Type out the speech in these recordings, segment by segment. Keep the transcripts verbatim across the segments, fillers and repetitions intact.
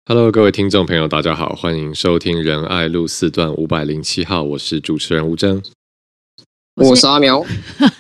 Hello， 各位听众朋友，大家好，欢迎收听仁爱路四段五百零七号，我是主持人吴峥， 我是阿苗，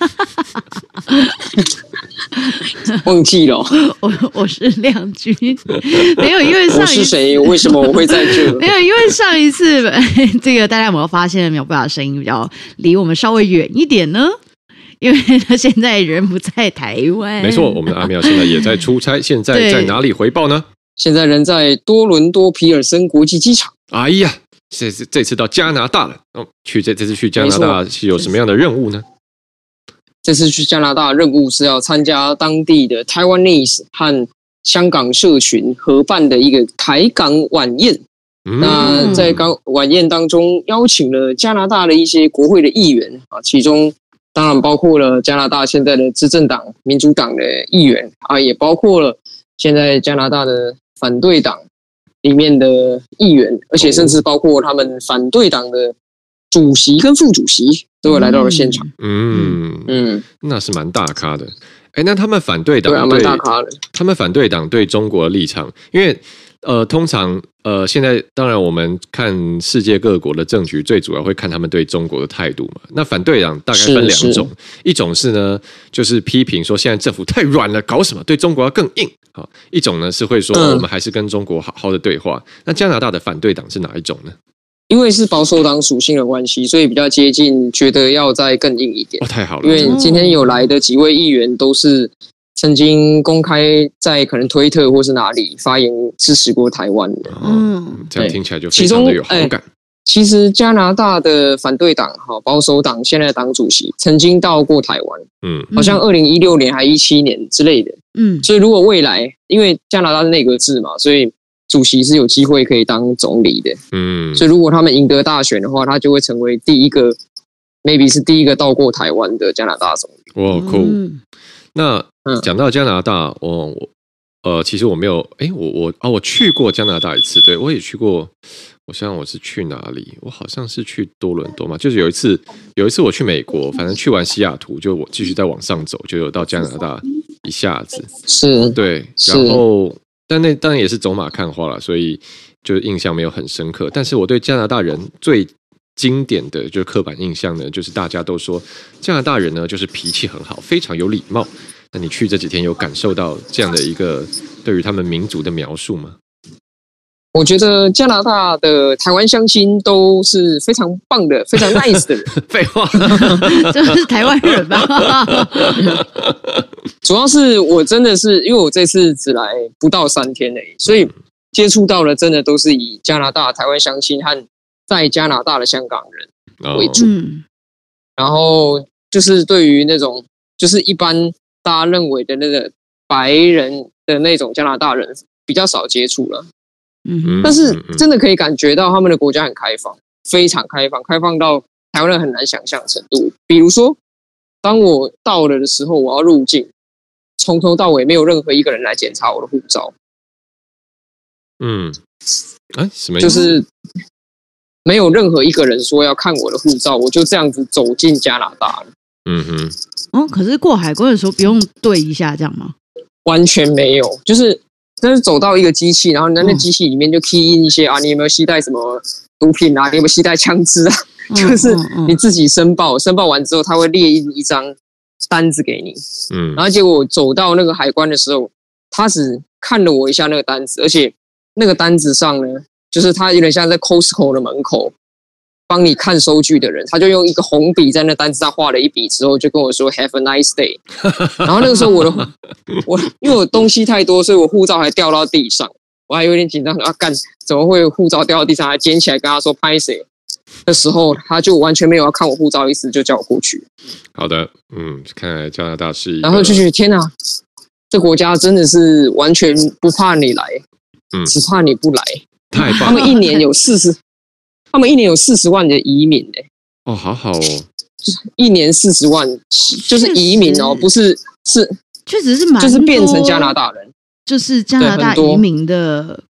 忘记了， 我我是亮君，没有，因为上一次我是谁？为什么我会在这？ 没有，因为上一次这个大家有没有发现苗爸的声音比较离我们稍微远一点呢？因为他现在人不在台湾。 没错，我们的阿苗现在也在出差，现在在哪里回报呢？ 现在人在多伦多皮尔森国际机场。 哎呀，这次这次到加拿大了。哦，去这这次去加拿大是有什么样的任务呢？ 这次去加拿大的任务是要参加当地的 Taiwanese 和香港社群合办的一个台港晚宴。嗯、那在港晚宴当中，邀请了加拿大的一些国会的议员啊，其中当然包括了加拿大现在的执政党民主党的议员啊，也包括了现在加拿大的反对党里面的议员，而且甚至包括他们反对党的主席跟副主席都有来到了现场。 嗯嗯，那是蛮大咖的。哎，那他们反对党对啊，蛮大咖的。 他们反对党对中国的立场，因为呃，通常呃，现在当然我们看世界各国的政局，最主要会看他们对中国的态度嘛。那反对党大概分两种，一种是呢，就是批评说现在政府太软了，搞什么，对中国要更硬。好，一种呢是会说我们还是跟中国好好的对话。嗯、那加拿大的反对党是哪一种呢？ 因为是保守党属性的关系，所以比较接近，觉得要再更硬一点。 哦，太好了！ 因为今天有来的几位议员都是曾经公开在可能推特或是哪里发言支持过台湾的。 嗯，这样听起来就非常的有好感。 其实加拿大的反对党哈保守党现在的党主席曾经到过台湾，嗯，好像二零一六年还一七年之类的，嗯，所以如果未来因为加拿大是内阁制嘛，所以主席是有机会可以当总理的，嗯，所以如果他们赢得大选的话，他就会成为第一个 ，maybe 是第一个到过台湾的加拿大总理。 哇，酷！嗯、那讲到加拿大，我我呃，其实我没有，哎，我我啊，我去过加拿大一次，对我也去过。我想我是去哪里？我好像是去多伦多嘛，就是有一次，有一次我去美国，反正去完西雅图，就我继续再往上走，就有到加拿大一下子。 是， 对，然后但那当然也是走马看花了，所以就印象没有很深刻。但是我对加拿大人最经典的就是刻板印象呢，就是大家都说加拿大人呢就是脾气很好，非常有礼貌。那你去这几天有感受到这样的一个对于他们民族的描述吗？ 我觉得加拿大的台湾乡亲都是非常棒的，非常 nice 的人。 废话， 就是台湾人吧。 主要是我真的是因为我这次只来不到三天而已，所以接触到的真的都是以加拿大台湾乡亲和在加拿大的香港人为主。哦、然后就是对于那种就是一般大家认为的那个白人的那种加拿大人比较少接触了。但是真的可以感觉到他们的国家很开放，非常开放，开放到台湾人很难想象的程度。比如说，当我到了的时候，我要入境，从头到尾没有任何一个人来检查我的护照。 嗯，啊，什么意思？ 就是没有任何一个人说要看我的护照，我就这样子走进加拿大了。 嗯哼， 哦，可是过海关的时候不用对一下这样吗？ 完全没有，就是。但是走到一个机器，然后你在那机器里面就 key in 一些、嗯、啊，你有没有携带什么毒品啊？你有没有携带枪支啊？嗯、就是你自己申报，申报完之后，他会列印一张单子给你。嗯，然后结果我走到那个海关的时候，他只看了我一下那个单子，而且那个单子上呢，就是他有点像在 Costco 的门口帮你看收据的人，他就用一个红笔在那单子上画了一笔之后，就跟我说 Have a nice day。然后那个时候我的我因为我东西太多，所以我护照还掉到地上，我还有点紧张啊，干怎么会护照掉到地上？还捡起来跟他说拍谁的时候，他就完全没有要看我护照的意思，就叫我过去。 好的，嗯，看来加拿大是一个， 然后就觉得天哪，这国家真的是完全不怕你来，嗯，只怕你不来。 太棒了！ 他们一年有四十。他们一年有四十万的移民诶、欸， 哦，好好哦， 就是一年四十万，就是移民哦，不是是， 确实是蛮， 就是变成加拿大人， 就是加拿大移民的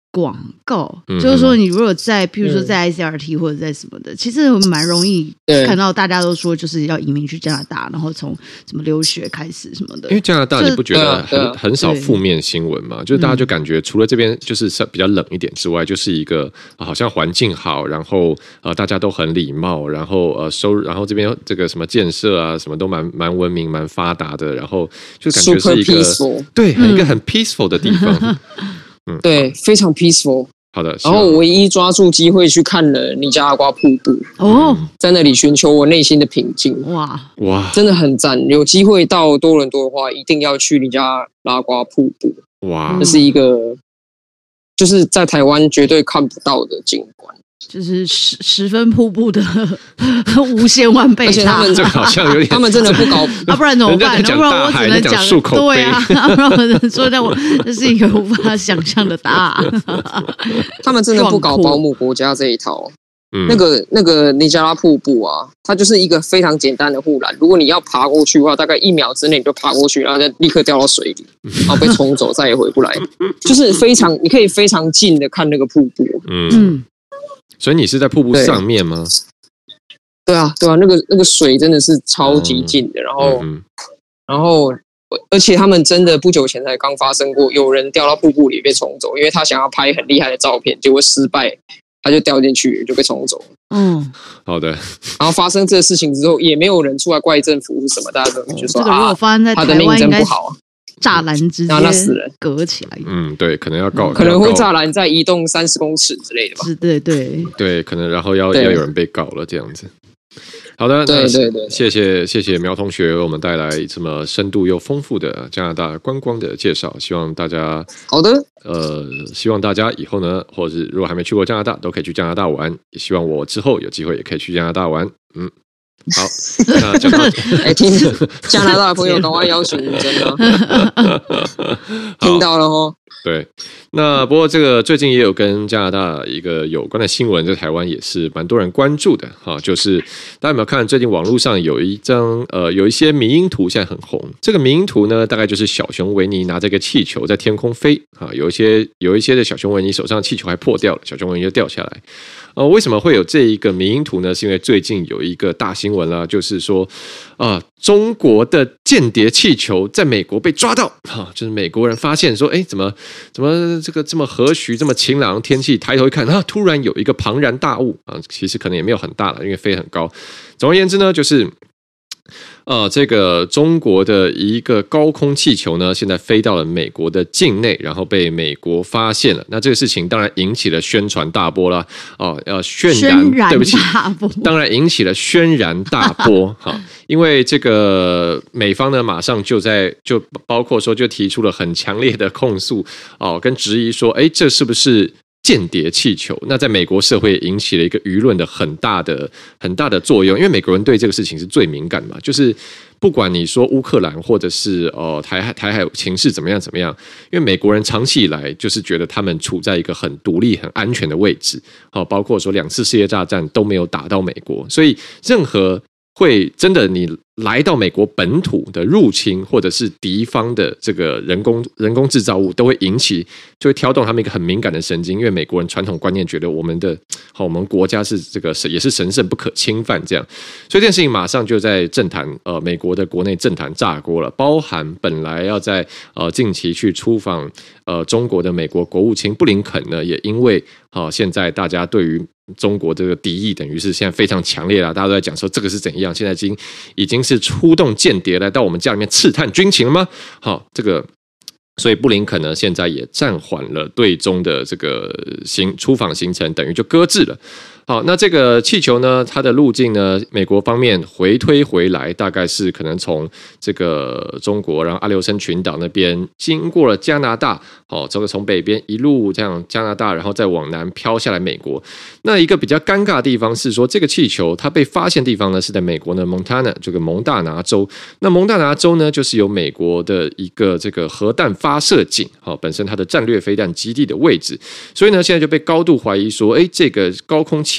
广告， 嗯、 就是说你如果在譬如说在 I C R T 或者在什么的、嗯、其实蛮容易看到大家都说就是要移民去加拿大，然后从什么留学开始什么的。 因为加拿大你不觉得很很少负面新闻嘛？就是大家就感觉除了这边就是比较冷一点之外，就是一个、呃、好像环境好，然后呃大家都很礼貌，然后呃收然后这边这个什么建设啊什么都蛮蛮文明蛮发达的，然后就感觉是一个对一个很 peaceful 的地方。 嗯，对，非常 peaceful。 好的， 然后我唯一抓住机会去看了尼加拉瓜瀑布哦，在那里寻求我内心的平静。哇哇，真的很赞！有机会到多伦多的话，一定要去尼加拉瓜瀑布。哇，这是一个就是在台湾绝对看不到的景观。 就是十十分瀑布的无限万倍大， 而且他们这好像有点， 他们真的不搞， 啊，不然怎么办？不然我只能讲漱口杯， 对啊，不然我只能说让我这是一个无法想象的大。 他们真的不搞保姆国家这一套。嗯、那个那个尼加拉瀑布啊，它就是一个非常简单的护栏。如果你要爬过去的话，大概一秒之内你就爬过去，然后再立刻掉到水里，然后被冲走，再也回不来。就是非常，你可以非常近的看那个瀑布。嗯。 所以你是在瀑布上面吗？ 对啊，对啊，那个那个水真的是超级近的，然后、嗯、然后而且他们真的不久前才刚发生过，有人掉到瀑布里被冲走，因为他想要拍很厉害的照片，结果失败，他就掉进去就被冲走。嗯， 好的。 然后发生这个事情之后，也没有人出来怪政府是什么，大家都就说、 哦、这个如果发生在台湾， 他的命真不好。 栅栏直接隔起来， 嗯，对，可能要告， 可能会栅栏再移动三十公尺之类的吧。 对对对，可能然后要要有人被告了这样子。好的， 对对对， 谢谢谢谢苗同学为我们带来这么深度又丰富的加拿大观光的介绍，希望大家好的， 呃，希望大家以后呢，或者是如果还没去过加拿大，都可以去加拿大玩，也希望我之后有机会也可以去加拿大玩，嗯。好，那讲到哎，听加拿大的朋友赶快邀请你，真的听到了哦。 对，那不过这个最近也有跟加拿大一个有关的新闻，在台湾也是蛮多人关注的哈。就是大家有没有看最近网络上有一张呃有一些迷因图现在很红，这个迷因图呢大概就是小熊维尼拿着一个气球在天空飞啊，有一些有一些的小熊维尼手上气球还破掉了，小熊维尼就掉下来。呃，为什么会有这一个迷因图呢？是因为最近有一个大新闻啦，就是说，啊、呃，中国的间谍气球在美国被抓到，哈、啊，就是美国人发现说，哎，怎么怎么这个这么和煦，这么晴朗天气，抬头一看，啊，突然有一个庞然大物啊，其实可能也没有很大了，因为飞很高。总而言之呢，就是。呃，这个中国的一个高空气球呢，现在飞到了美国的境内，然后被美国发现了。那这个事情当然引起了宣传大波啦，哦，要渲染，对不起，当然引起了轩然大波哈。因为这个美方呢，马上就在就包括说就提出了很强烈的控诉哦，跟质疑说，哎，这是不是？间谍气球，那在美国社会引起了一个舆论的很大的很大的作用，因为美国人对这个事情是最敏感嘛，就是不管你说乌克兰或者是呃台海台海情势怎么样怎么样，因为美国人长期以来就是觉得他们处在一个很独立、很安全的位置，好，包括说两次世界大战都没有打到美国，所以任何会真的你来到美国本土的入侵，或者是敌方的这个人工人工制造物，都会引起，就会挑动他们一个很敏感的神经。因为美国人传统观念觉得我们的，好，我们国家是这个也是神圣不可侵犯这样，所以这件事情马上就在政坛，呃，美国的国内政坛炸锅了。包含本来要在呃近期去出访呃中国的美国国务卿布林肯呢，也因为好、呃、现在大家对于中国这个敌意等于是现在非常强烈了，大家都在讲说这个是怎样，现在已经已经是出动间谍来到我们家里面刺探军情了吗？好，这个所以布林肯呢现在也暂缓了对中的这个行出访行程，等于就搁置了。好，那这个气球呢，它的路径呢，美国方面回推回来，大概是可能从这个中国，然后阿留申群岛那边经过了加拿大，好，这个从北边一路这样加拿大，然后再往南飘下来美国。那一个比较尴尬的地方是说，这个气球它被发现的地方呢是在美国的 Montana 这个蒙大拿州。那蒙大拿州呢，就是有美国的一个这个核弹发射井，好，本身它的战略飞弹基地的位置，所以呢，现在就被高度怀疑说，哎，这个高空气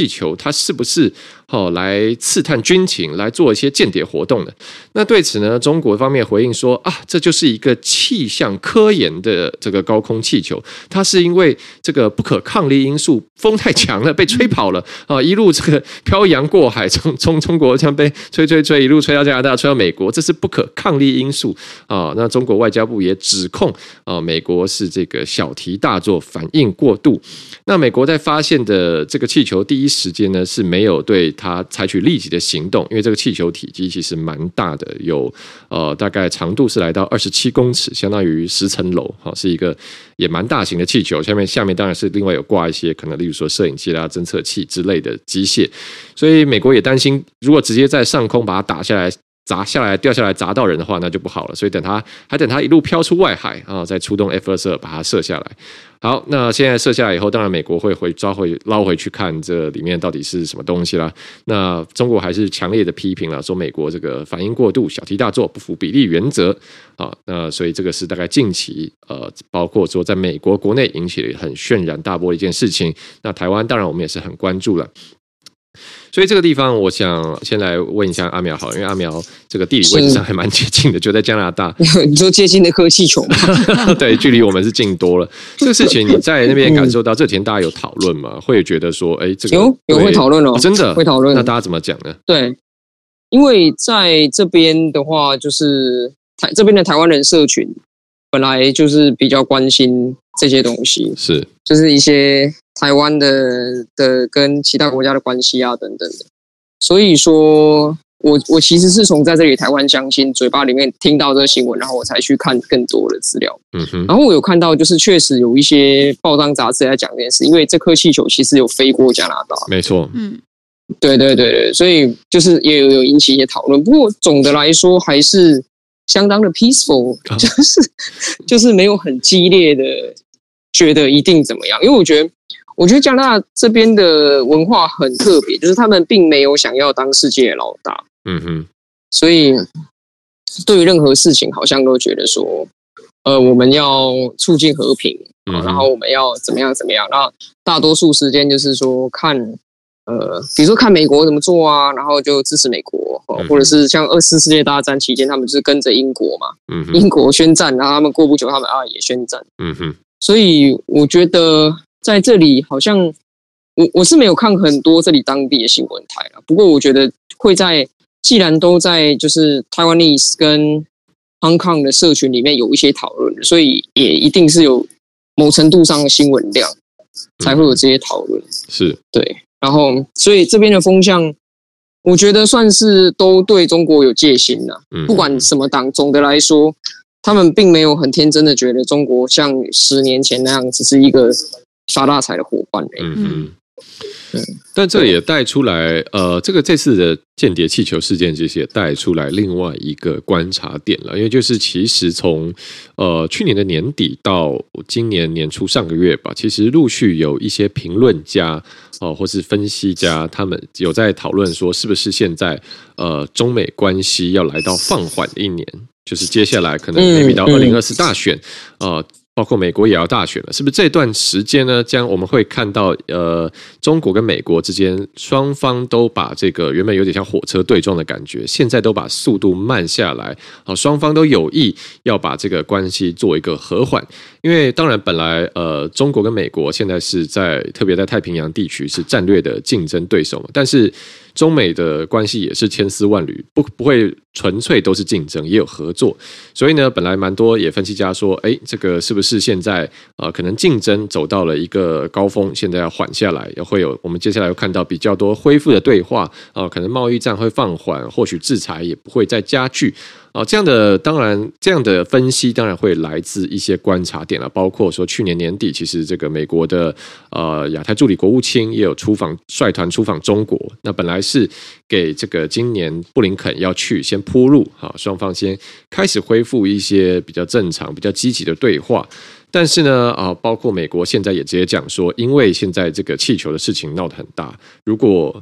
气球它是不是哦来刺探军情，来做一些间谍活动的？那对此呢，中国方面回应说啊，这就是一个气象科研的这个高空气球，它是因为这个不可抗力因素，风太强了被吹跑了啊，一路这个漂洋过海，从从中国这样被吹吹吹，一路吹到加拿大，吹到美国，这是不可抗力因素啊。那中国外交部也指控啊，美国是这个小题大做，反应过度。那美国在发现的这个气球第一时间呢是没有对它采取立即的行动，因为这个气球体积其实蛮大的，有呃大概长度是来到二十七公尺，相当于十层楼，好，是一个也蛮大型的气球。下面下面当然是另外有挂一些可能例如说摄影机啦、侦测器之类的机械，所以美国也担心，如果直接在上空把它打下来。砸下来掉下来砸到人的话那就不好了，所以等它还等它一路飘出外海啊，再出动 F 二十二 把它射下来。好，那现在射下来以后，当然美国会回抓回捞回去看这里面到底是什么东西啦。那中国还是强烈的批评了，说美国这个反应过度、小题大做、不符比例原则啊。那所以这个是大概近期呃，包括说在美国国内引起了很轩然大波的一件事情。那台湾当然我们也是很关注了。所以这个地方，我想先来问一下阿苗好了，因为阿苗这个地理位置上还蛮接近的，就在加拿大。 你说接近的科气球吗？ 对，距离我们是近多了。这个事情你在那边感受到，这几天大家有讨论吗？会觉得说，哎，这个有有会讨论哦， 真的会讨论。 那大家怎么讲呢？ 对，因为在这边的话，就是台这边的台湾人社群本来就是比较关心这些东西， 是就是一些台湾的的跟其他国家的关系啊等等的，所以说我我其实是从在这里台湾乡亲嘴巴里面听到这个新闻，然后我才去看更多的资料。嗯哼，然后我有看到就是确实有一些报章杂志在讲这件事，因为这颗气球其实有飞过加拿大， 没错， 嗯，对对对对，所以就是也有有引起一些讨论。不过总的来说还是相当的 peaceful， 就是就是没有很激烈的觉得一定怎么样，因为我觉得。我觉得加拿大这边的文化很特别，就是他们并没有想要当世界的老大，嗯哼，所以对于任何事情好像都觉得说，呃，我们要促进和平，嗯、然后我们要怎么样怎么样。那大多数时间就是说看，呃，比如说看美国怎么做啊，然后就支持美国，嗯、或者是像二次世界大战期间，他们就是跟着英国嘛，嗯、英国宣战，然后他们过不久他们啊也宣战，嗯哼，所以我觉得。在这里好像我我是没有看很多这里当地的新闻台啦，不过我觉得会在既然都在就是 Taiwanese 跟 Hong Kong 的社群里面有一些讨论，所以也一定是有某程度上的新闻量才会有这些讨论。嗯、 是对，然后所以这边的风向，我觉得算是都对中国有戒心啦。嗯、不管什么党，总的来说，他们并没有很天真的觉得中国像十年前那样只是一个。发大财的伙伴、欸，嗯嗯，但这也带出来，呃，这个这次的间谍气球事件，其实也带出来另外一个观察点了，因为就是其实从呃去年的年底到今年年初上个月吧，其实陆续有一些评论家哦、呃，或是分析家，他们有在讨论说，是不是现在呃中美关系要来到放缓的一年，就是接下来可能 maybe 到二零二四大选，呃。包括美国也要大选了，是不是这段时间呢？将我们会看到，呃，中国跟美国之间双方都把这个原本有点像火车对撞的感觉，现在都把速度慢下来，好，双方都有意要把这个关系做一个和缓。因为当然本来呃，中国跟美国现在是在特别在太平洋地区是战略的竞争对手嘛，但是中美的关系也是千丝万缕，不不会纯粹都是竞争，也有合作。所以呢，本来蛮多也分析家说，哎，这个是不是现在呃可能竞争走到了一个高峰，现在要缓下来，会有我们接下来会看到比较多恢复的对话啊、呃，可能贸易战会放缓，或许制裁也不会再加剧。哦，这样的当然，这样的分析当然会来自一些观察点了，包括说去年年底，其实这个美国的呃亚太助理国务卿也有出访率团出访中国，那本来是给这个今年布林肯要去先铺路，哈，双方先开始恢复一些比较正常、比较积极的对话。但是呢，啊，包括美国现在也直接讲说，因为现在这个气球的事情闹得很大，如果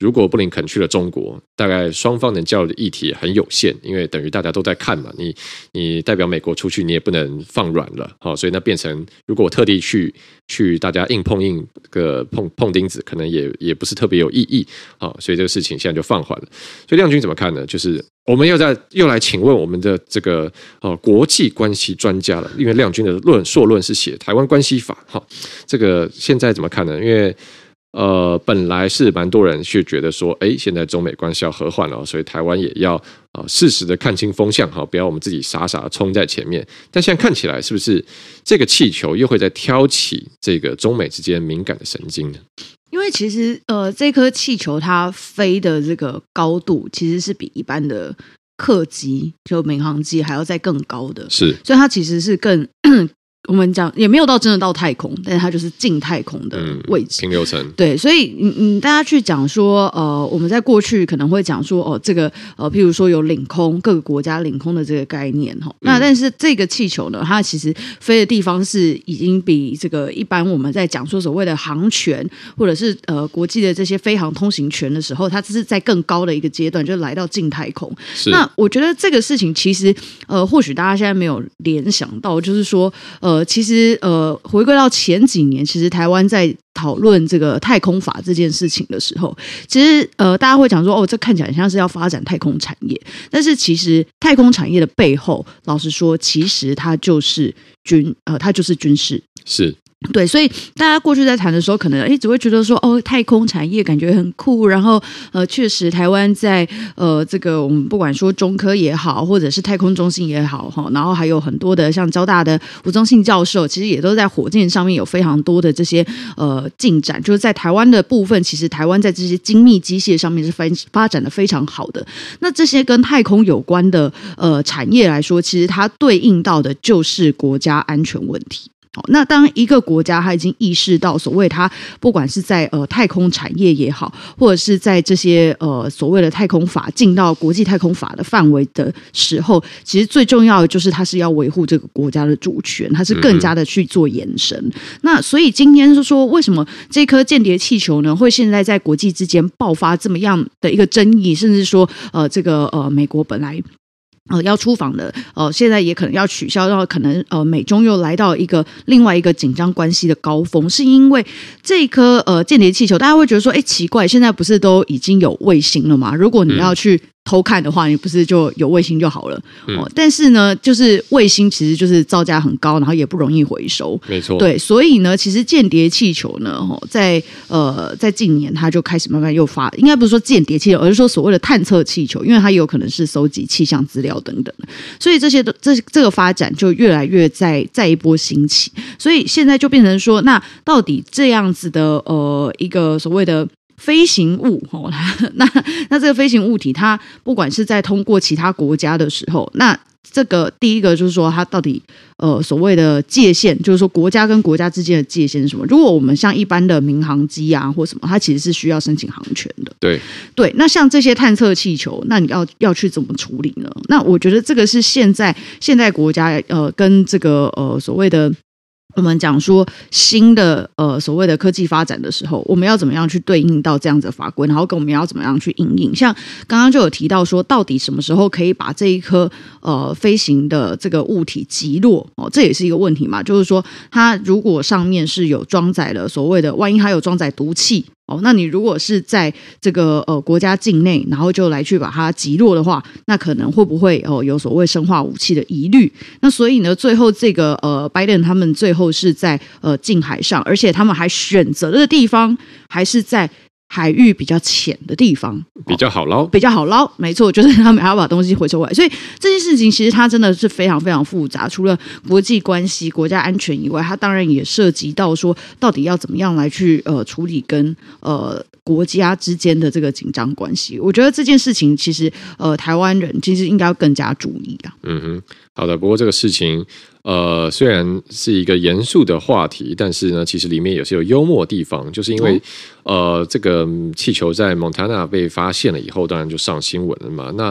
如果布林肯去了中国，大概双方能交流的议题很有限，因为等于大家都在看嘛，你你代表美国出去，你也不能放软了，好，所以那变成如果我特地去去大家硬碰硬个碰碰钉子，可能也也不是特别有意义，好，所以这个事情现在就放缓了。所以亮君怎么看呢？就是我们又在又来请问我们的这个呃国际关系专家了，因为亮君的论硕论是写台湾关系法，好，这个现在怎么看呢？因为呃，本来是蛮多人去觉得说，哎，现在中美关系要和缓了，所以台湾也要呃适时的看清风向，哈，不要我们自己傻傻的冲在前面。但现在看起来，是不是这个气球又会再挑起这个中美之间敏感的神经呢？ 因为其实呃，这颗气球它飞的这个高度其实是比一般的客机就民航机还要再更高的， 是， 所以它其实是更。我们讲也没有到真的到太空，但是它就是近太空的位置， 嗯、停留层。 对，所以你你大家去讲说，呃，我们在过去可能会讲说，哦，这个呃，譬如说有领空各个国家领空的这个概念哈、嗯，那但是这个气球呢，它其实飞的地方是已经比这个一般我们在讲说所谓的航权或者是呃国际的这些飞航通行权的时候，它只是在更高的一个阶段，就来到近太空。那我觉得这个事情其实呃，或许大家现在没有联想到，就是说呃。呃，其实呃，回归到前几年，其实台湾在讨论这个太空法这件事情的时候，其实呃，大家会讲说，哦，这看起来像是要发展太空产业，但是其实太空产业的背后，老实说，其实它就是军呃，它就是军事， 是。 对，所以大家过去在谈的时候，可能诶只会觉得说，哦，太空产业感觉很酷，然后呃，确实台湾在呃这个我们不管说中科也好，或者是太空中心也好哈，然后还有很多的像交大的吴宗信教授，其实也都在火箭上面有非常多的这些呃进展，就是在台湾的部分，其实台湾在这些精密机械上面是发发展的非常好的。那这些跟太空有关的呃产业来说，其实它对应到的就是国家安全问题。好，那当一个国家它已经意识到所谓它不管是在呃太空产业也好，或者是在这些呃所谓的太空法进到国际太空法的范围的时候，其实最重要的就是它是要维护这个国家的主权，它是更加的去做延伸。嗯、那所以今天是说，为什么这颗间谍气球呢会现在在国际之间爆发这么样的一个争议，甚至说呃这个呃美国本来。呃，要出访的，呃，现在也可能要取消，然后可能呃，美中又来到一个另外一个紧张关系的高峰，是因为这颗呃间谍气球，大家会觉得说，哎，奇怪，现在不是都已经有卫星了吗？如果你要去偷看的话，你不是就有卫星就好了、嗯哦、但是呢就是卫星其实就是造价很高，然后也不容易回收， 没错， 对，所以呢其实间谍气球呢在呃在近年它就开始慢慢又发，应该不是说间谍气球，而是说所谓的探测气球，因为它有可能是收集气象资料等等的，所以这些这这个发展就越来越在再一波兴起，所以现在就变成说，那到底这样子的呃一个所谓的飞行物、哦、那那这个飞行物体它不管是在通过其他国家的时候，那这个第一个就是说它到底呃所谓的界限，就是说国家跟国家之间的界限是什么？如果我们像一般的民航机啊或什么，它其实是需要申请航权的， 对对。那像这些探测气球，那你要要去怎么处理呢？那我觉得这个是现在现在国家呃跟这个呃所谓的我们讲说新的呃所谓的科技发展的时候，我们要怎么样去对应到这样子的法规，然后跟我们要怎么样去因应。像刚刚就有提到说，到底什么时候可以把这一颗呃飞行的这个物体击落哦，这也是一个问题嘛。就是说，它如果上面是有装载了所谓的，万一它有装载毒气。哦，那你如果是在这个呃国家境内，然后就来去把它击落的话，那可能会不会哦有所谓生化武器的疑虑？那所以呢，最后这个呃拜登他们最后是在呃近海上，而且他们还选择的地方还是在海域比较浅的地方， 比较好捞， 比较好捞，没错，就是他们还要把东西回收回来。所以这件事情其实它真的是非常非常复杂，除了国际关系、国家安全以外，它当然也涉及到说，到底要怎么样来去呃处理跟呃国家之间的这个紧张关系。我觉得这件事情其实呃台湾人其实应该要更加注意啊。 嗯哼，好的。不过这个事情。呃，虽然是一个严肃的话题，但是呢，其实里面也是有幽默的地方，就是因为、哦、呃，这个气球在蒙塔纳被发现了以后，当然就上新闻了嘛。那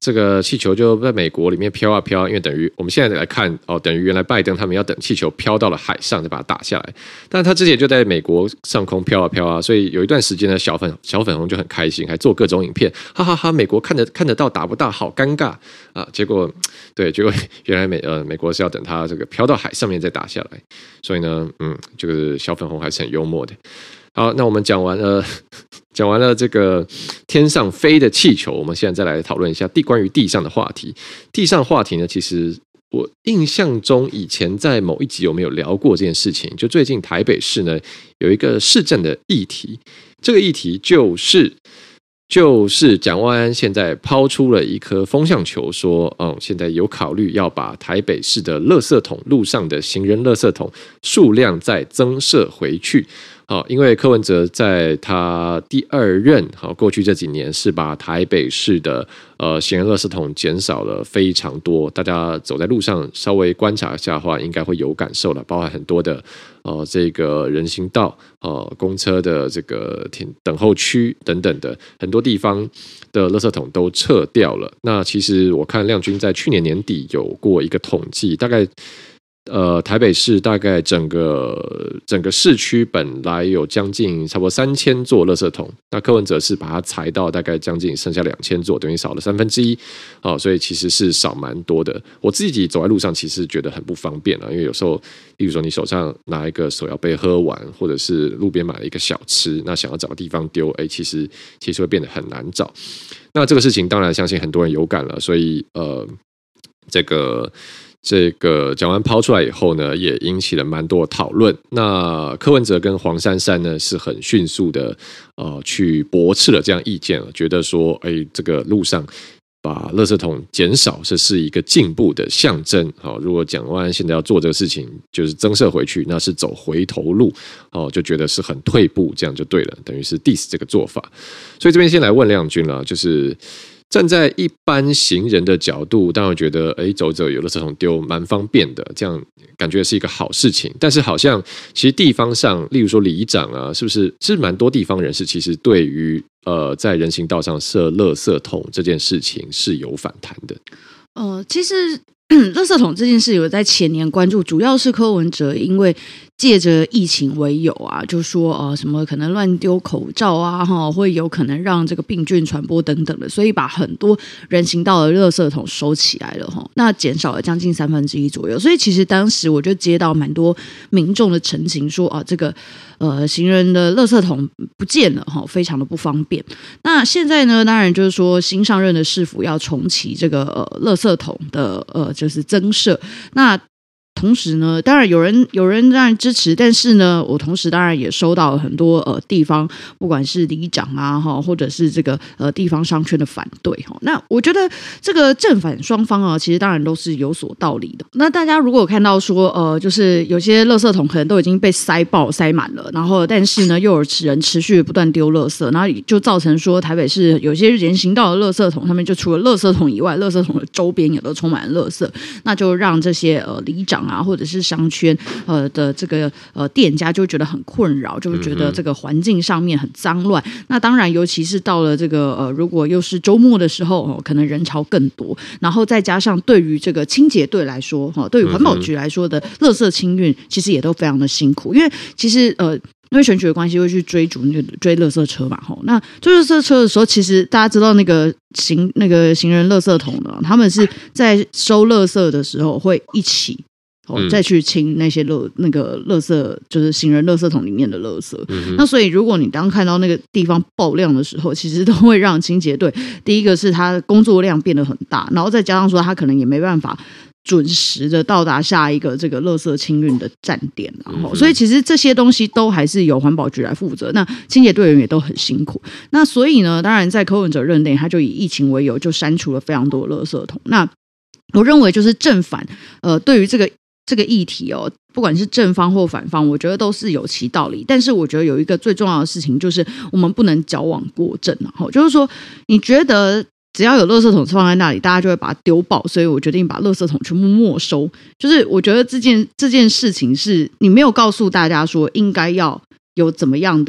这个气球就在美国里面飘啊飘，因为等于我们现在来看哦，等于原来拜登他们要等气球飘到了海上再把它打下来，但是他之前就在美国上空飘啊飘啊，所以有一段时间呢，小粉小粉红就很开心，还做各种影片，哈哈哈哈！美国看得看得到打不到，好尴尬啊！结果对，结果原来美呃美国是要等它这个飘到海上面再打下来，所以呢，嗯，这个小粉红还是很幽默的。好，那我们讲完了，讲完了这个天上飞的气球，我们现在再来讨论一下地关于地上的话题。地上话题呢，其实我印象中以前在某一集有没有聊过这件事情？就最近台北市呢有一个市政的议题，这个议题就是就是蒋万安现在抛出了一颗风向球，说，哦，现在有考虑要把台北市的垃圾桶路上的行人垃圾桶数量再增设回去。好，因为柯文哲在他第二任，好，过去这几年是把台北市的呃行人垃圾桶减少了非常多，大家走在路上稍微观察一下的话，应该会有感受了，包含很多的呃这个人行道、呃公车的这个等候区等等的很多地方的垃圾桶都撤掉了。那其实我看亮君在去年年底有过一个统计，大概。呃，台北市大概整个整个市区本来有将近差不多三千座垃圾桶，那柯文哲是把它裁到大概将近剩下两千座，等于少了三分之一，哦，所以其实是少蛮多的。我自己走在路上其实觉得很不方便了，因为有时候，例如说你手上拿一个手摇杯喝完，或者是路边买了一个小吃，那想要找个地方丢，哎，其实其实会变得很难找。那这个事情当然相信很多人有感了，所以呃，这个。这个蒋万安抛出来以后呢，也引起了蛮多的讨论。那柯文哲跟黄珊珊呢，是很迅速的呃去驳斥了这样意见，觉得说，哎，这个路上把垃圾桶减少，这是一个进步的象征。好，如果蒋万安现在要做这个事情，就是增设回去，那是走回头路，哦，就觉得是很退步，这样就对了，等于是 diss 这个做法。所以这边先来问亮君了，就是。站在一般行人的角度，当然觉得，哎，走走有垃圾桶丢蛮方便的，这样感觉是一个好事情。但是好像其实地方上，例如说里长啊，是不是是蛮多地方人士其实对于呃在人行道上设垃圾桶这件事情是有反弹的。 呃，其实垃圾桶这件事有在前年关注，主要是柯文哲因为借着疫情为由啊，就说呃什么可能乱丢口罩啊，哈，会有可能让这个病菌传播等等的，所以把很多人行道的垃圾桶收起来了哈，那减少了将近三分之一左右。所以其实当时我就接到蛮多民众的陈情说啊，这个呃行人的垃圾桶不见了哈，非常的不方便。那现在呢，当然就是说新上任的市府要重启这个呃垃圾桶的呃就是增设，那。同时呢，当然有人有人当然支持，但是呢，我同时当然也收到了很多呃地方，不管是里长啊哈，或者是这个呃地方商圈的反对哈。那我觉得这个正反双方啊，其实当然都是有所道理的。那大家如果有看到说呃，就是有些垃圾桶可能都已经被塞爆塞满了，然后但是呢又有人持续不断丢垃圾，然后就造成说台北市有些人行道的垃圾桶上面就除了垃圾桶以外，垃圾桶的周边也都充满了垃圾，那就让这些呃里长啊，或者是商圈呃的这个呃店家就觉得很困扰，就觉得这个环境上面很脏乱。那当然，尤其是到了这个呃，如果又是周末的时候，哦，可能人潮更多。然后再加上对于这个清洁队来说，哈，对于环保局来说的垃圾清运，其实也都非常的辛苦，因为其实呃。因为选举的关系，会去追逐那个追垃圾车嘛，吼。那追垃圾车的时候，其实大家知道那个行那个行人垃圾桶呢，他们是在收垃圾的时候会一起。哦，再去清那些垃那个垃圾，就是行人垃圾桶里面的垃圾。嗯、那所以，如果你当看到那个地方爆量的时候，其实都会让清洁队，第一个是他工作量变得很大，然后再加上说他可能也没办法准时的到达下一个这个垃圾清运的站点，然后，所以其实这些东西都还是由环保局来负责。那清洁队员也都很辛苦。那所以呢，当然在柯文哲任内，他就以疫情为由，就删除了非常多的垃圾桶。那我认为就是正反，呃，对于这个。这个议题哦，不管是正方或反方，我觉得都是有其道理。但是我觉得有一个最重要的事情，就是我们不能矫枉过正啊。就是说，你觉得只要有垃圾桶放在那里，大家就会把它丢爆，所以我决定把垃圾桶全部没收。就是我觉得这件这件事情是你没有告诉大家说应该要有怎么样的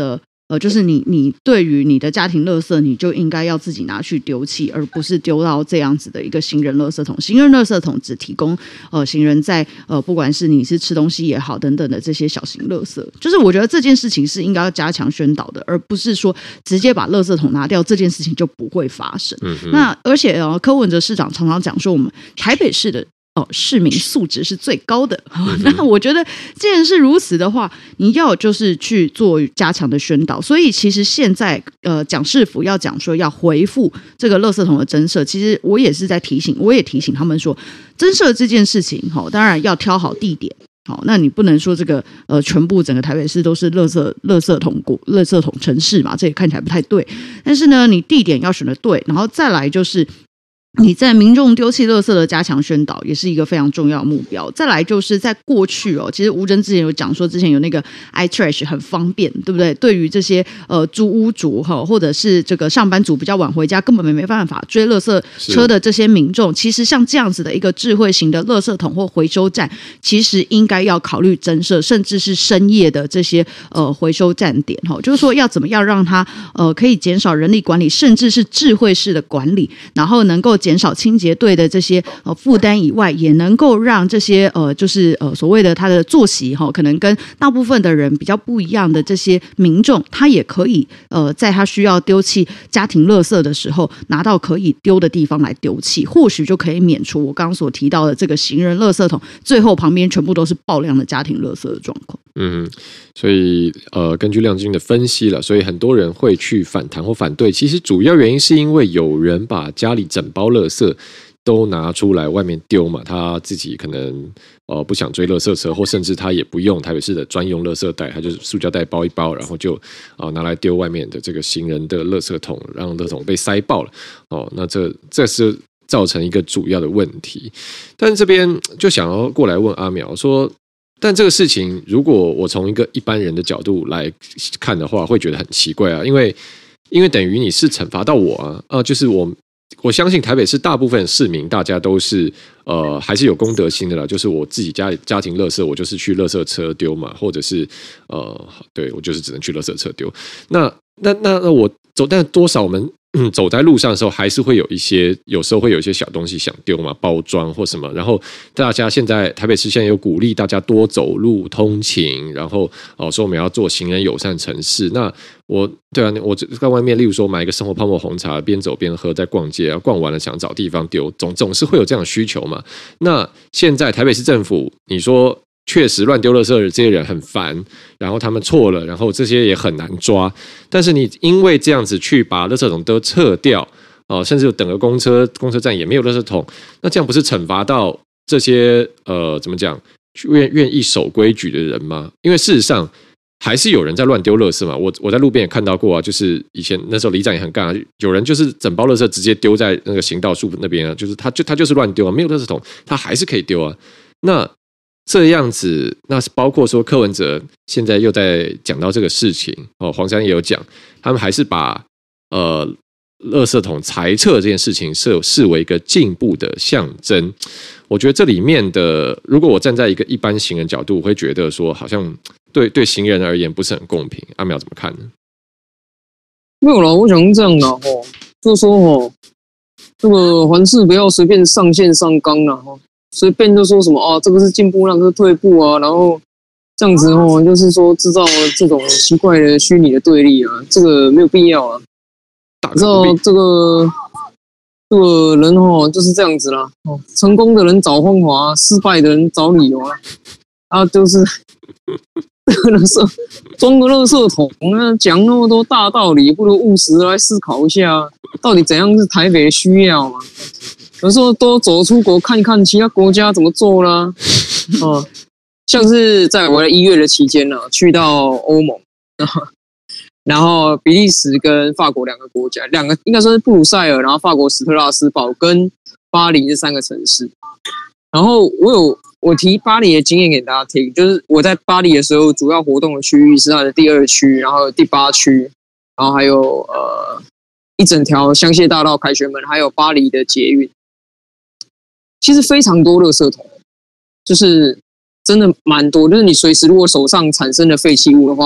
呃，就是你你对于你的家庭垃圾，你就应该要自己拿去丢弃，而不是丢到这样子的一个行人垃圾桶。行人垃圾桶只提供呃行人在呃不管是你是吃东西也好等等的这些小型垃圾，就是我觉得这件事情是应该要加强宣导的，而不是说直接把垃圾桶拿掉，这件事情就不会发生。嗯、那而且呃，柯文哲市长常常讲说，我们台北市的哦，市民素质是最高的、哦。那我觉得，既然是如此的话，你要就是去做加强的宣导。所以，其实现在呃，蒋市府要讲说要回复这个垃圾桶的增设，其实我也是在提醒，我也提醒他们说，增设这件事情，哈、哦，当然要挑好地点。好，那你不能说这个呃，全部整个台北市都是垃圾垃圾桶国垃圾桶城市嘛？这也看起来不太对。但是呢，你地点要选得对，然后再来就是。你在民众丢弃垃圾的加强宣导也是一个非常重要的目标。再来就是在过去哦，其实吴峥之前有讲说，之前有那个 iTrash 很方便，对不对？对于这些呃租屋族哈，或者是这个上班族比较晚回家，根本没没办法追垃圾车的这些民众，其实像这样子的一个智慧型的垃圾桶或回收站，其实应该要考虑增设，甚至是深夜的这些呃回收站点哈，就是说要怎么样让它呃可以减少人力管理，甚至是智慧式的管理，然后能够减少清洁队的这些呃负担以外，也能够让这些呃就是呃所谓的他的作息哈、哦，可能跟大部分的人比较不一样的这些民众，他也可以呃在他需要丢弃家庭垃圾的时候，拿到可以丢的地方来丢弃，或许就可以免除我刚刚所提到的这个行人垃圾桶最后旁边全部都是爆量的家庭垃圾的状况。 嗯，所以呃，根据亮君的分析了，所以很多人会去反弹或反对。其实主要原因是因为有人把家里整包垃圾都拿出来外面丢嘛，他自己可能呃不想追垃圾车，或甚至他也不用台北市的专用垃圾袋，他就是塑胶袋包一包，然后就啊、呃、拿来丢外面的这个行人的垃圾桶，让垃圾桶被塞爆了。哦，那这这是造成一个主要的问题。但这边就想要过来问阿苗说。但这个事情，如果我从一个一般人的角度来看的话，会觉得很奇怪啊，因为因为等于你是惩罚到我啊，啊、呃，就是我我相信台北市大部分市民，大家都是呃还是有公德心的啦，就是我自己家家庭垃圾，我就是去垃圾车丢嘛，或者是呃，对我就是只能去垃圾车丢。那那那那我走，但多少我们。嗯，走在路上的时候，还是会有一些，有时候会有一些小东西想丢嘛，包装或什么。然后大家现在台北市现在有鼓励大家多走路通勤，然后哦说我们要做行人友善城市。那我对啊，我在外面，例如说买一个生活泡沫红茶，边走边喝，在逛街，逛完了想找地方丢，总总是会有这样的需求嘛。那现在台北市政府，你说。确实乱丢垃圾的这些人很烦，然后他们错了，然后这些也很难抓。但是你因为这样子去把垃圾桶都撤掉，哦、甚至等个公车，公车站也没有垃圾桶，那这样不是惩罚到这些呃怎么讲愿愿意守规矩的人吗？因为事实上还是有人在乱丢垃圾嘛。我我在路边也看到过啊，就是以前那时候里长也很干啊，有人就是整包垃圾直接丢在那个行道树那边啊，就是他就他就是乱丢啊，没有垃圾桶他还是可以丢啊。那这样子，那包括说柯文哲现在又在讲到这个事情哦，黄珊也有讲，他们还是把呃垃圾桶裁撤这件事情视视为一个进步的象征。我觉得这里面的，如果我站在一个一般行人角度，我会觉得说，好像对对行人而言不是很公平。阿苗怎么看呢？ 没有啦，我想这样啦吼，就说吼，这个凡事不要随便上线上纲啦吼。随便就说什么啊，这个是进步，那个是退步啊，然后这样子哦，就是说制造这种奇怪的虚拟的对立啊，这个没有必要啊。知道这个这个人哦就是这样子啦，哦，成功的人找方法，失败的人找理由啊，啊，就是这个垃圾装个垃圾桶啊，讲那么多大道理，不如务实来思考一下，到底怎样是台北需要嘛？有时候多走出国看看其他国家怎么做啦，哦，像是在我的一月的期间呢，去到欧盟，然后比利时跟法国两个国家，两个应该说是布鲁塞尔，然后法国斯特拉斯堡跟巴黎这三个城市。然后我有我提巴黎的经验给大家听，就是我在巴黎的时候，主要活动的区域是它的第二区，然后第八区，然后还有呃一整条香榭大道、凯旋门，还有巴黎的捷运。其实非常多垃圾桶，就是真的蛮多。就是你随时如果手上产生了废弃物的话，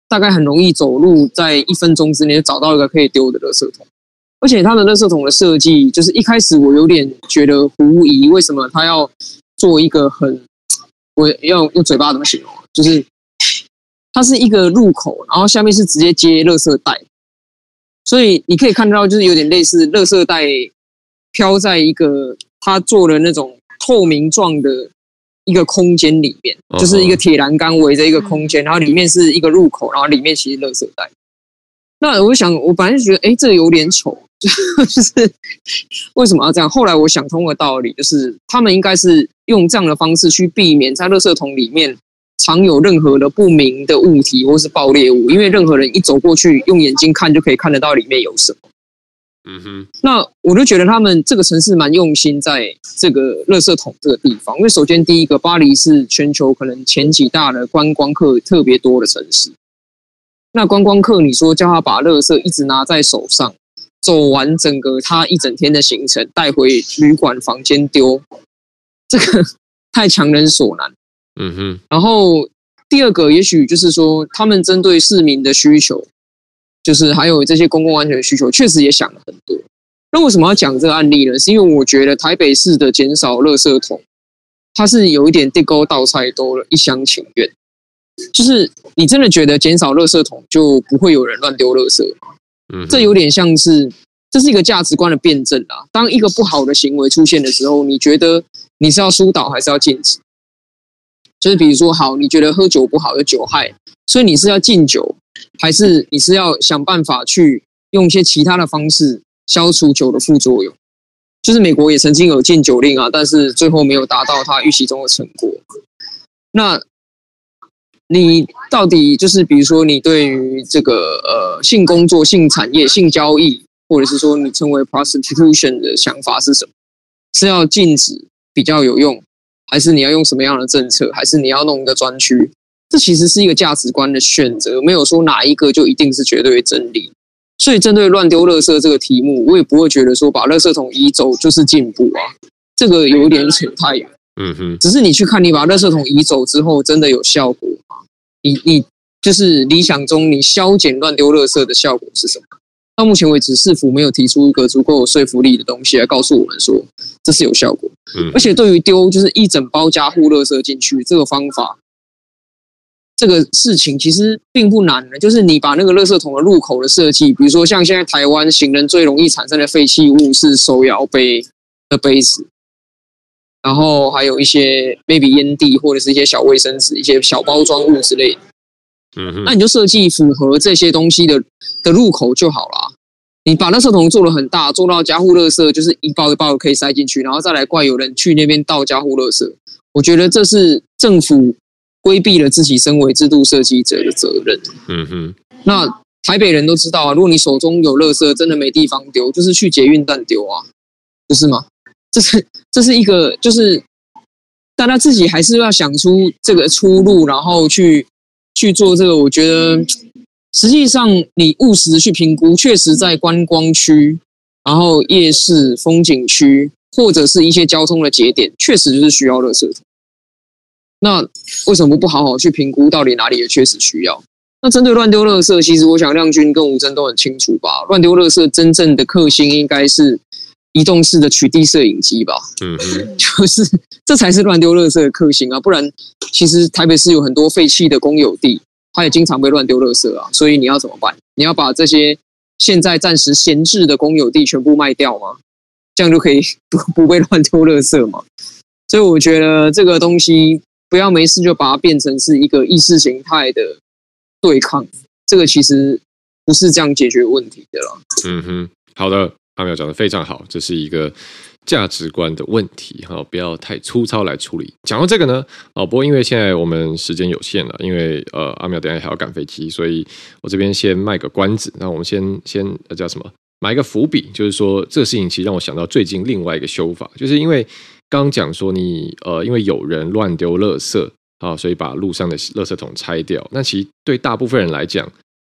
大概很容易走路，在一分钟之内就找到一个可以丢的垃圾桶。而且它的垃圾桶的设计，就是一开始我有点觉得狐疑，为什么它要做一个很，我要用嘴巴怎么形容？就是它是一个入口，然后下面是直接接垃圾袋，所以你可以看到，就是有点类似垃圾袋飘在一个它做的那种透明状的一个空间里面，就是一个铁栏杆围着一个空间，然后里面是一个入口，然后里面其实垃圾袋。那我想，我本来就觉得，哎，这个有点丑，就是为什么要这样？后来我想通了道理，就是他们应该是用这样的方式去避免在垃圾桶里面藏有任何的不明的物体或是爆裂物，因为任何人一走过去，用眼睛看就可以看得到里面有什么。嗯哼，那我就觉得他们这个城市蛮用心在这个垃圾桶这个地方，因为首先第一个，巴黎是全球可能前几大的观光客特别多的城市。那观光客，你说叫他把垃圾一直拿在手上，走完整个他一整天的行程，带回旅馆房间丢，这个太强人所难。嗯哼。然后第二个，也许就是说，他们针对市民的需求，就是还有这些公共安全的需求，确实也想了很多。那为什么要讲这个案例呢？是因为我觉得台北市的减少垃圾桶，它是有一点地沟倒菜多了，一厢情愿。就是你真的觉得减少垃圾桶就不会有人乱丢垃圾吗？嗯，这有点像是，这是一个价值观的辩证啦。当一个不好的行为出现的时候，你觉得你是要疏导还是要禁止？就是比如说，好，你觉得喝酒不好，有酒害，所以你是要禁酒，还是你是要想办法去用一些其他的方式消除酒的副作用？就是美国也曾经有禁酒令啊，但是最后没有达到他预期中的成果。那你到底就是比如说你对于这个呃性工作、性产业、性交易，或者是说你称为 prostitution 的想法是什么？是要禁止比较有用，还是你要用什么样的政策，还是你要弄一个专区？这其实是一个价值观的选择，没有说哪一个就一定是绝对的真理。所以针对乱丢垃圾这个题目，我也不会觉得说把垃圾桶移走就是进步啊，这个有点扯太远。嗯哼，只是你去看你把垃圾桶移走之后，真的有效果吗？你你就是理想中你消减乱丢垃圾的效果是什么？到目前为止，市府没有提出一个足够有说服力的东西来告诉我们说这是有效果。嗯，而且对于丢就是一整包家户垃圾进去这个方法，这个事情其实并不难的，就是你把那个垃圾桶的入口的设计，比如说像现在台湾行人最容易产生的废弃物是手摇杯的杯子。然后还有一些 maybe 烟蒂或者是一些小卫生纸、一些小包装物之类的。嗯哼，那你就设计符合这些东西的的入口就好啦。你把垃圾桶做得很大，做到家户垃圾就是一包一包可以塞进去，然后再来怪有人去那边倒家户垃圾。我觉得这是政府规避了自己身为制度设计者的责任。嗯哼，那台北人都知道啊，如果你手中有垃圾，真的没地方丢，就是去捷运站丢啊，不是吗？这是这是一个，就是大家自己还是要想出这个出路，然后去去做这个。我觉得实际上你务实去评估，确实在观光区、然后夜市、风景区或者是一些交通的节点，确实就是需要垃圾桶。那为什么不好好去评估到底哪里也确实需要？那针对乱丢垃圾，其实我想亮君跟吴峥都很清楚吧。乱丢垃圾真正的克星应该是移动式的取缔摄影机吧，嗯嗯，就是这才是乱丢垃圾的克星啊！不然，其实台北市有很多废弃的公有地，它也经常被乱丢垃圾啊。所以你要怎么办？你要把这些现在暂时闲置的公有地全部卖掉吗？这样就可以不不被乱丢垃圾吗？所以我觉得这个东西不要没事就把它变成是一个意识形态的对抗，这个其实不是这样解决问题的啦。 嗯哼，好的。阿苗讲得非常好，这是一个价值观的问题，不要太粗糙来处理。讲到这个呢，不过因为现在我们时间有限了，因为呃阿苗等一下还要赶飞机，所以我这边先卖个关子。那我们先先叫什么？埋一个伏笔，就是说这个事情其实让我想到最近另外一个修法，就是因为刚刚讲说你呃因为有人乱丢垃圾啊，所以把路上的垃圾桶拆掉。那其实对大部分人来讲，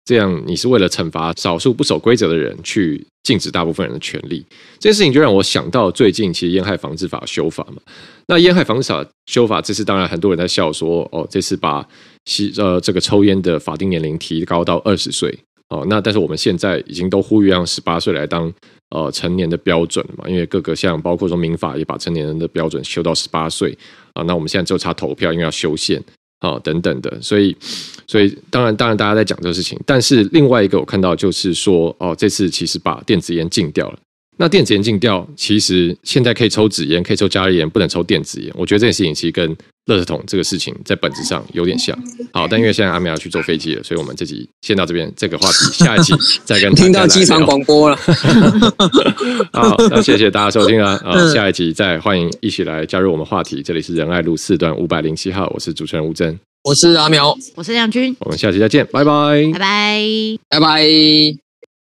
这样你是为了惩罚少数不守规则的人，去禁止大部分人的权利。这件事情就让我想到最近其实烟害防治法修法嘛。那烟害防治法修法这次当然很多人在笑说，哦，这次把吸呃这个抽烟的法定年龄提高到二十岁。哦，那但是我们现在已经都呼吁让十八岁来当呃成年的标准了嘛，因为各个像包括说民法也把成年人的标准修到十八岁啊，那我们现在就差投票，因为要修宪啊等等的，所以所以当然当然大家在讲这个事情，但是另外一个我看到就是说，哦，这次其实把电子烟禁掉了。那电子烟禁掉，其实现在可以抽纸烟，可以抽加热烟，不能抽电子烟。我觉得这件事情其实跟垃圾桶这个事情在本质上有点像。好，但因为现在阿苗要去坐飞机了，所以我们这集先到这边，这个话题下一集再跟大家听到机场广播了。 好，那谢谢大家收听啊！啊，下一集再欢迎一起来加入我们话题。这里是仁爱路四段五百零七号，我是主持人吴峥， 我是阿苗， 我是亮君， 我们下期再见，拜拜， 拜拜， 拜拜。